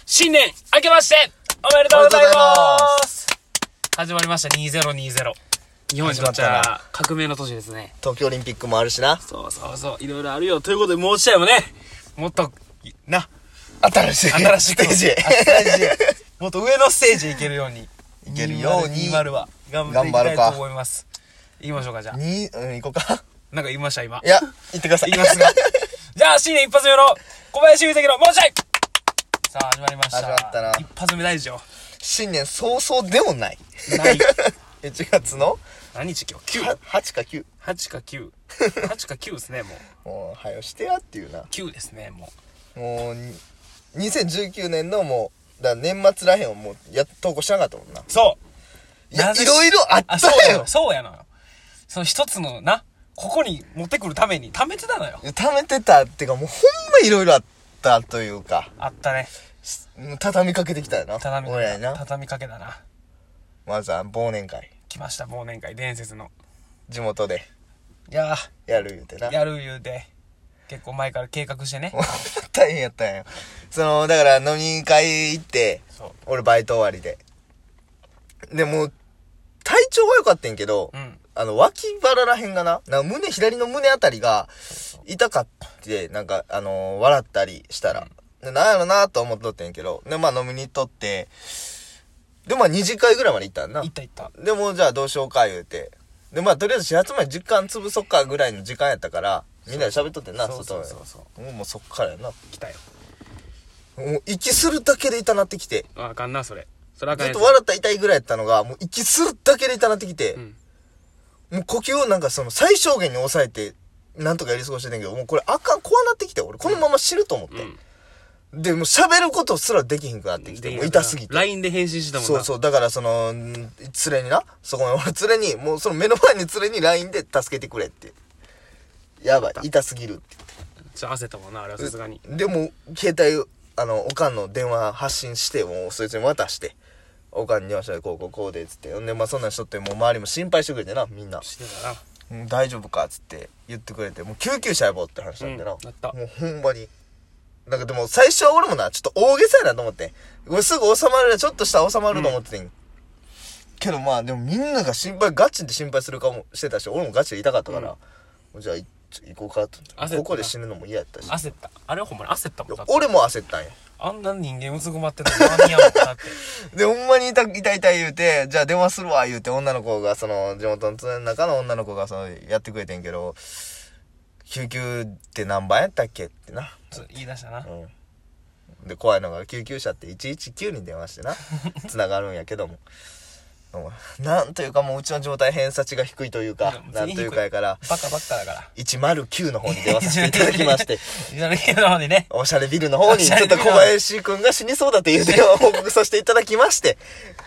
新年明けましておめでとうございます。始まりました2020。日本にとっては革命の年ですね。 東京オリンピックもあるしな。 そうそうそう、いろいろあるよということで、もう一回もね、もっとな新しいステージへもっと上のステージへ行けるようにいけるように 2020は頑張っていきたいと思います。行きましょうか。じゃあ行こうか。 なんか言いました今。 いや、行ってください。 行きますがじゃあ新年一発目の小林優太のもうちょい。さあ始まりました。 始まったな。 一発目大事よ。 新年早々でもない1月の何日今日9 8か9 8か9 8か9ですね。 もう早よしてやっていうな。 9ですね。もう2019年のもうだ年末らへんをもう投稿しなかったもんな。 そういや、いろいろあったよ。 そうやのよ。その一つのな、ここに持ってくるために貯めてたのよ。 貯めてたってか、もうほんまいろいろあったというか。 あったね。 畳みかけてきたよな。 畳みかけだな。 まずは忘年会。 来ました、忘年会伝説の。 地元で。 いやー。 やる言うてな。 やる言うて。結構前から計画してね。 大変やったんや。だから飲み会行って、俺バイト終わりで。で、もう、体調は良かったんけど、 うん。 脇腹らへんがな、左の胸あたりが痛かって、なんか、笑ったりしたら。で、なんやろなと思っとってんけど、で、まあ飲みに行っとって、で、まあ2次会ぐらいまで行ったんな。 行った。 で、もうじゃあどうしようか言うて。で、まあとりあえず始発まで時間潰そっかぐらいの時間やったから、みんなで喋っとってんな、外で。もうそっからやな。 来たよ。 もう息するだけで痛なってきて。 あかんな、それあかんやつ。 ずっと笑ったら痛いぐらいやったのが、もう息するだけで痛なってきて、もう呼吸をなんか最小限に抑えて、なんとかやり過ごしてんけど、もうこれあかん、怖なってきて、俺このまま死ぬと思って。で、もう喋ることすらできひんくなってきて、もう痛すぎて。 LINE で返信したもんな。 そう、だから連れにな、そこの俺連れに、もうその目の前に連れに LINE で助けてくれって。やばい、痛すぎるってちょっと焦ったもんな、あれはさすがに。 でも、携帯、おかんの電話発信して、もうそいつに渡して、おかんに電話したらこうで、つって。で、まあそんなんしとって、もう周りも心配してくれてな、みんな。 してたな。 大丈夫かつって言ってくれて、もう救急車呼ぼうって話なんでな。 なった。 もうほんまに。なんかでも最初は俺もな、ちょっと大げさやなと思って。俺すぐ収まる、ちょっとしたら収まると思っててん。けどまあでもみんながガチで心配する顔もしてたし、俺もガチで痛かったから、もうじゃあ行こうかと。ここで死ぬのも嫌やったし。 焦った。あれはほんまに焦ったもん。 俺も焦ったんや。 あんな人間うつぐまってたら何やもんなって。 で、ほんまに痛い言うて、じゃあ電話するわ言うて、女の子が地元の中の女の子がやってくれてんけど、救急って何番やったっけってな。 言い出したな。 で、怖いのが救急車って119に電話してな、繋がるんやけども。なんというかもううちの状態偏差値が低いというか、なんというかやから、 バカだから 109の方に電話させていただきまして、 109の方にね、 おしゃれビルの方にちょっと小林くんが死にそうだっていう電話を報告させていただきまして、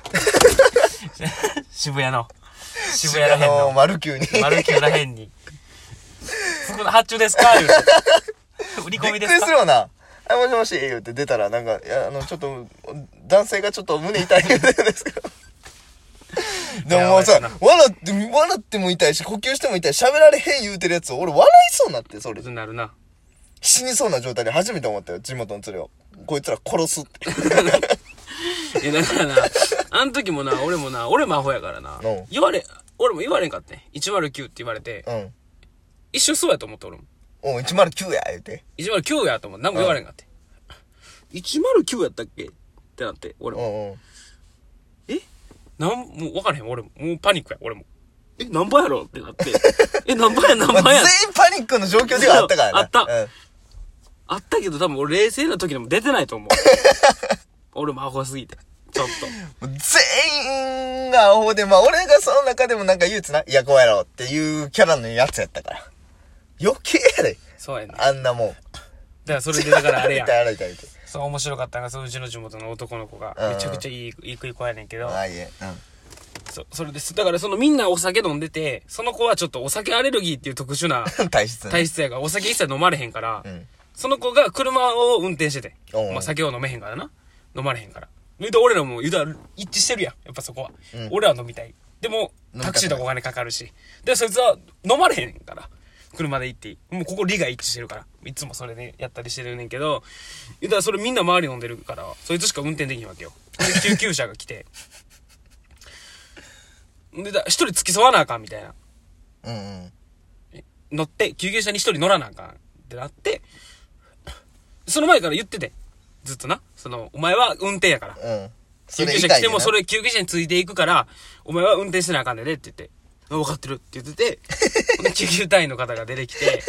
渋谷らへんのマルキューらへんに、そこの発注ですか言うて、売り込みですか。 びっくりするよな。もしもし言うて出たら、なんか、ちょっと、男性がちょっと胸痛い言うてるんですけど。でももうさ、笑っても痛いし、呼吸しても痛い、喋られへん言うてるやつを、俺笑いそうになって、それ。 なるな。 死にそうな状態で初めて思ったよ、地元の連れを。こいつら殺すって。 だからな、あの時もな、俺もアホやからな。俺も言われんかって。109って言われて。一瞬そうやと思った俺も。 109や、言うて。 109やと思って、何も言われんかって。109やったっけってなって、俺も。もう分からへん、俺も。もうパニックや、俺も。何番やろってなって。何番や。 全員パニックの状況ではあったからな。 あった。あったけど多分俺冷静な時でも出てないと思う。俺もアホすぎて。ちょっと。 全員がアホで、まあ俺がその中でもなんか唯一な、いやこうやろっていうキャラのやつやったから。余計やで。 そうやね。 あんなもん。 だからそれでだからあれやん。 痛い。 そう面白かったのが、うちの地元の男の子が、めちゃくちゃいい子やねんけど。それです。だからみんなお酒飲んでて、その子はちょっとお酒アレルギーっていう特殊な体質やから、お酒一切飲まれへんから、その子が車を運転してて、まあ酒を飲めへんからな。飲まれへんから。で、俺らも言うたら一致してるやん。やっぱそこは。俺らは飲みたい。でも、タクシーとかお金かかるし。で、そいつは飲まれへんから。 車で行っていい。もうここ利が一致してるから。いつもそれでやったりしてるねんけど、言ったらそれみんな周り飲んでるから、そいつしか運転できんわけよ。で、救急車が来て。で、一人付き添わなあかんみたいな。 うんうん。 乗って、救急車に一人乗らなあかんってなって、その前から言ってて。ずっとな。お前は運転やから。 うん。 救急車来てもそれ救急車についていくから、お前は運転せなあかんねでって言って。分かってるって言ってて、で、救急隊員の方が出てきて、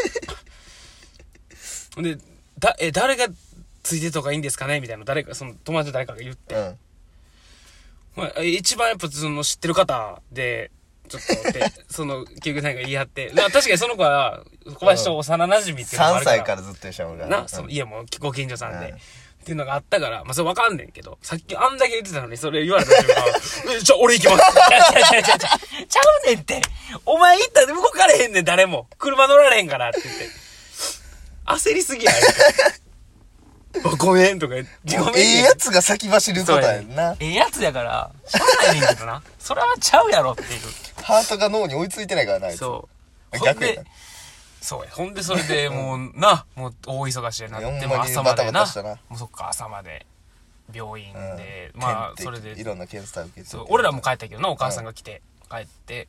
で、誰がついてとかいいんですかねみたいな、友達誰かが言って。まあ、一番やっぱ知ってる方で、ちょっとって、救急隊員が言い張って、確かにその子は、小林と幼馴染っていうのがあるから。 3歳からずっと一緒におるから。家もご近所さんで。っていうのがあったから、それわかんねんけど、さっきあんだけ言ってたのに、それ言われた瞬間、俺行きます。ちゃうねんって。お前行ったら動かれへんねん、誰も。車乗られへんからって言って。焦りすぎや。ごめんとか言って。ごめん。 やつが先走ることやんな。 やつやから、しゃあないねんけどな。それはちゃうやろっていう。 ハートが脳に追いついてないからな、 そう。 逆やな。 そうや。ほんで、それでもう、もう大忙しになって、も朝までな。もうそっか、朝まで、病院で、それで。 いろんな検査受けて。 そう、俺らも帰ったけどな、お母さんが来て、帰って。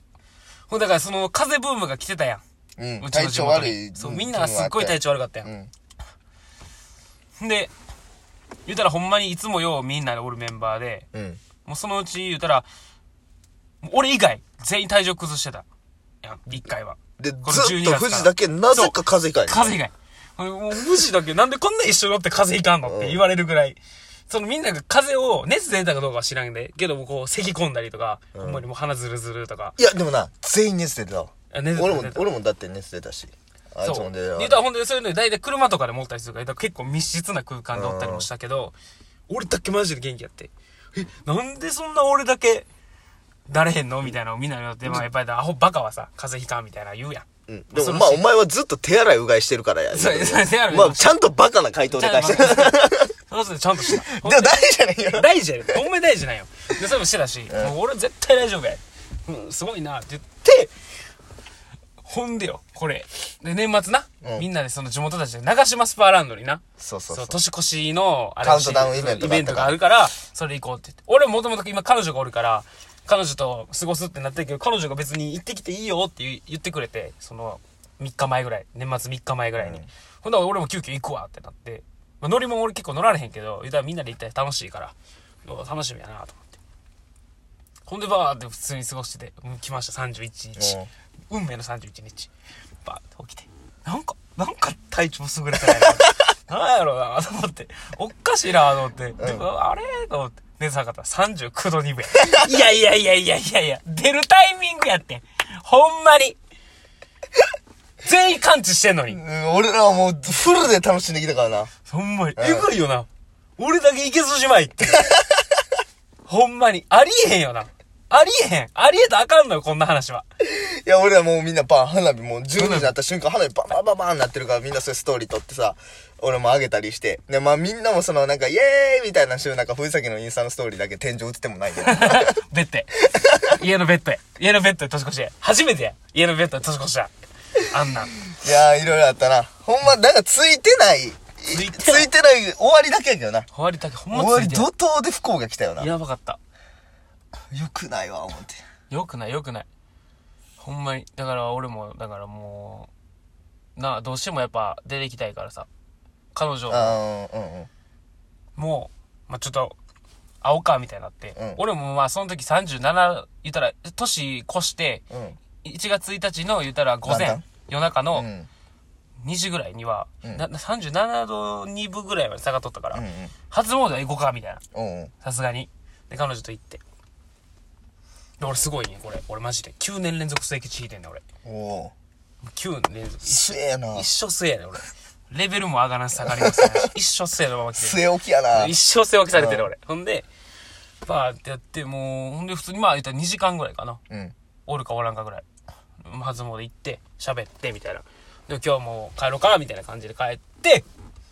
ほんだから、風邪ブームが来てたやん。 うん。体調悪い。 そう、みんなすっごい体調悪かったやん。んで、言うたらほんまにいつもようみんなでおるメンバーで、もうそのうち言うたら、俺以外、全員体調崩してた。やん、一回は。 で、ずっと富士だけなぜか風邪ひかん。 風邪ひかん。もう富士だけなんでこんな一緒に乗って風邪ひかんのって言われるぐらい。みんなが風邪を、熱出たかどうかは知らんで、けどもこう、咳込んだりとか、ほんまにもう鼻ズルズルとか。 いや、でもな、全員熱出てたわ。 俺もだって熱出たし。 そう。ほんで、そういうので、だいたい車とかで持ったりするから、結構密室な空間でおったりもしたけど、俺だけマジで元気やって。なんでそんな俺だけ、だれへんのみたいなのをみんなに言って、やっぱりアホバカはさ、風邪ひかんみたいな言うやん。 でもお前はずっと手洗いうがいしてるからや。 そう、手洗い。ちゃんとバカな回答で返してる。 そうするとちゃんとした。 でも大事じゃないよ。 大事じゃない。ほんまに大事じゃないよ。で、それもしてたし、もう俺絶対大丈夫や。すごいなって言って、ほんでよ、これ。で、年末な、みんなで地元たちで長島スパーランドにな。 そう。 年越しの、 カウントダウンイベントがあるから、それ行こうって言って。俺もともと今彼女がおるから、彼女と過ごすってなってるけど、彼女が別に行ってきていいよって言ってくれて、3日前ぐらい、年末3日前ぐらいに。ほんなら俺も急遽行くわってなって、乗り物俺結構乗られへんけど、言うたらみんなで行ったら楽しいから、楽しみやなと思って。ほんでバーって普通に過ごしてて、来ました31日。運命の31日。バーって起きて。なんか体調優れてないな。なんやろうなと思って。おっかしいなと思って。あれと思って。熱下がったら39度2分や。いや。出るタイミングやってん。ほんまに。全員感知してんのに。 俺らはもうフルで楽しんできたからな。 ほんまに。えぐいよな。俺だけいけずじまいって。ほんまに。ありえへんよな。ありえたらあかんのよ、こんな話は。 いや、俺らもうみんな花火もう12時になった瞬間花火バンバンバンなってるからみんなそれストーリー撮ってさ、俺も上げたりして。で、みんなもイエーイみたいな藤崎のインスタのストーリーだけ天井映ってもないけど。 ベッド。家のベッドで年越しや。初めてや。家のベッドで年越しや。あんなん。いやー、いろいろあったな。ほんま、ついてない終わりだけやけどな。 終わりだけ、ほんま終わり怒涛で不幸が来たよな。 やばかった。 よくないわ、思って。 よくない。ほんまに。だから俺も、もう、どうしてもやっぱ出てきたいからさ。彼女もう、ちょっと、会おうか、みたいになって。俺もその時37、言ったら、年越して、1月1日の言ったら午前、夜中の2時ぐらいには、37度2分ぐらいまで下がっとったから、初詣は行こうか、みたいな。さすがに。で、彼女と行って。俺すごいね、これ。俺マジで。9年連続末吉引いてんねん、俺。9年連続。 末やな。 一生末やねん、俺。レベルも上がらん下がりますね。一生末のまま来てる。 末置きやな。 一生末置きされてる、俺。ほんで、バーってやって、もう、ほんで普通に言ったら2時間ぐらいかな。おるかおらんかぐらい。初詣行って、喋って、みたいな。で、今日はもう帰ろうか、みたいな感じで帰って、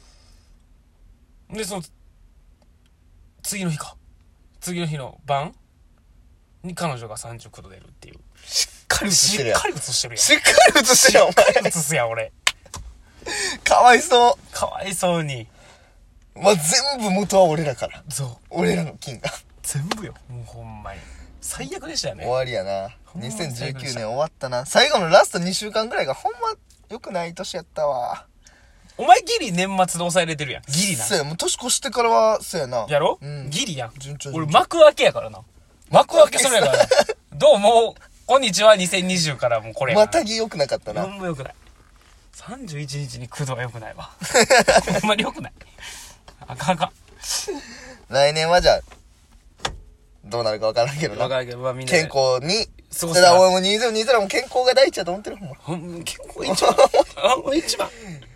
で、次の日の晩に彼女が39度出るっていう。 かり映してるやん。 しっかり映してるやん。 しっかり映してるやん、お前。 しっかり映すやん、俺。 かわいそう。 かわいそうに。 まあ、全部元は俺らから。 そう。 俺らの金が。 全部よ。もうほんまに。最悪でしたよね。 終わりやな。2019年終わったな。最後のラスト2週間ぐらいがほんま良くない年やったわ。 お前ギリ年末で抑えれてるやん。ギリな。 そうや、もう年越してからは、そうやな。 やろ、 うん、 ギリやん。 順調俺幕開けやからな。幕開けそれやからな。どうも、こんにちは2020からもうこれやな。 またぎ良くなかったな。 ほんま良くない。31日に9度は良くないわ。ほんまに良くない。あかんあかん。 来年はじゃあ、どうなるか分からんけどな。 分からんけど、まあみんな。 健康に。 過ごす。だから俺も2020も健康が第一やと思ってるほんま。健康一番。ほんま一番。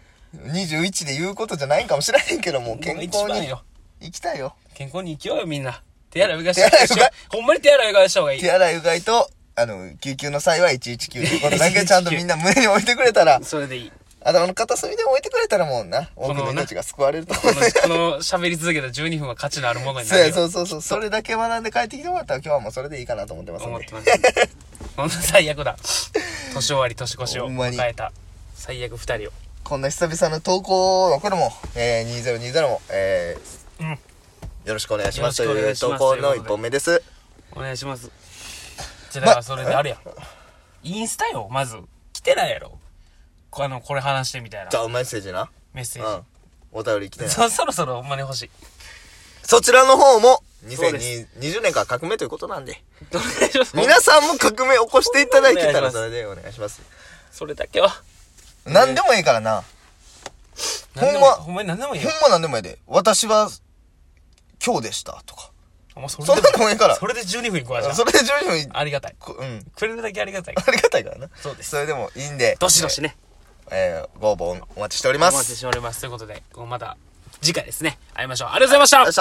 21で言うことじゃないんかもしれへんけども、健康に行きたいよ。 健康に生きようよ、みんな。手洗いうがいしよう。ほんまに手洗いうがいした方がいい。 手洗いうがいと、救急の際は119ということだけちゃんとみんな胸に置いてくれたら、 それでいい。 頭の片隅で置いてくれたらもうな、多くの命が救われると思う。 この喋り続けた12分は価値のあるものになるよ。 そう。それだけ学んで帰ってきてもらったら今日はもうそれでいいかなと思ってますんで。 思ってます。ほんと最悪だ。年終わり、年越しを迎えた最悪2人を。 こんな久々の投稿の頃も、2020も、よろしくお願いしますという投稿の1本目です。 お願いします。じゃあだからそれであれや。インスタよ、まず。来てないやろ。これ話してみたいな。 じゃあメッセージな。 メッセージ。 お便り来てない。 そろそろほんまに欲しい。 そちらの方も、2020年から革命ということなんで。皆さんも革命起こしていただいてたらそれでお願いします。 それだけは。 何でもいいからな。 ほんまに何でもいいよ。 ほんま何でもいいで。私は、今日でしたとか。 そんなのもいいから。 それで12分いくわじゃん。 それで12分ありがたい。 うん。 くれるだけありがたい。 ありがたいからな。 そうです。 それでもいいんで。 どしどしね。 ご応募お待ちしております。 お待ちしております。ということで、また次回ですね。会いましょう。ありがとうございました。